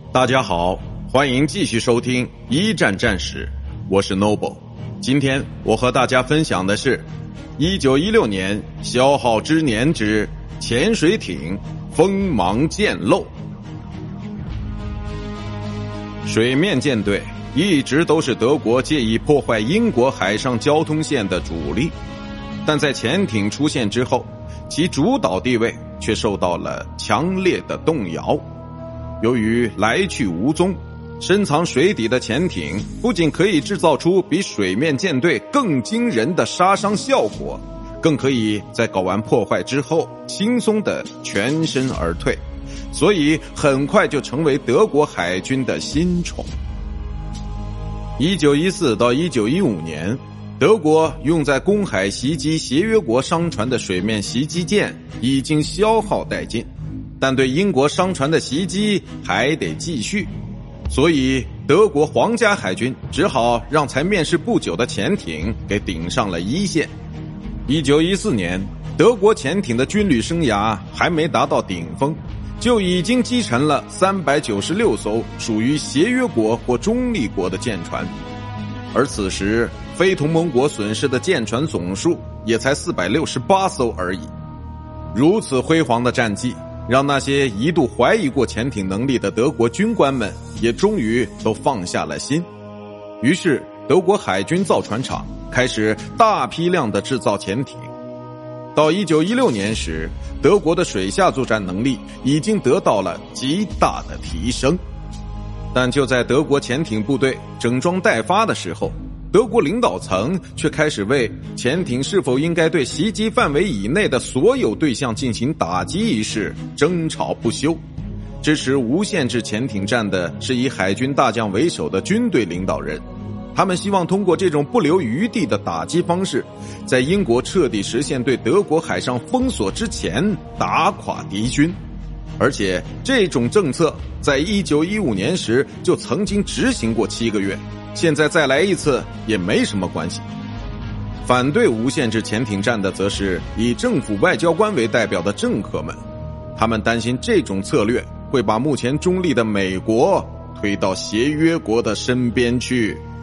大家好，欢迎继续收听一战战史，我是 Noble。今天我和大家分享的是1916年消耗之年之潜水艇锋芒渐露。水面舰队一直都是德国借以破坏英国海上交通线的主力，但在潜艇出现之后，其主导地位却受到了强烈的动摇。由于来去无踪，深藏水底的潜艇不仅可以制造出比水面舰队更惊人的杀伤效果，更可以在搞完破坏之后轻松地全身而退，所以很快就成为德国海军的新宠。1914到1915年，德国用在公海袭击协约国商船的水面袭击舰已经消耗殆尽，但对英国商船的袭击还得继续，所以德国皇家海军只好让才面世不久的潜艇给顶上了一线。1914年，德国潜艇的军旅生涯还没达到顶峰，就已经击沉了396艘属于协约国或中立国的舰船，而此时非同盟国损失的舰船总数也才468艘而已。如此辉煌的战绩，让那些一度怀疑过潜艇能力的德国军官们也终于都放下了心。于是德国海军造船厂开始大批量的制造潜艇。到1916年时，德国的水下作战能力已经得到了极大的提升。但就在德国潜艇部队整装待发的时候，德国领导层却开始为潜艇是否应该对袭击范围以内的所有对象进行打击一事争吵不休。支持无限制潜艇战的是以海军大将为首的军队领导人，他们希望通过这种不留余地的打击方式，在英国彻底实现对德国海上封锁之前打垮敌军。而且这种政策在1915年时就曾经执行过7个月，现在再来一次也没什么关系。反对无限制潜艇战的则是以政府外交官为代表的政客们，他们担心这种策略会把目前中立的美国推到协约国的身边去。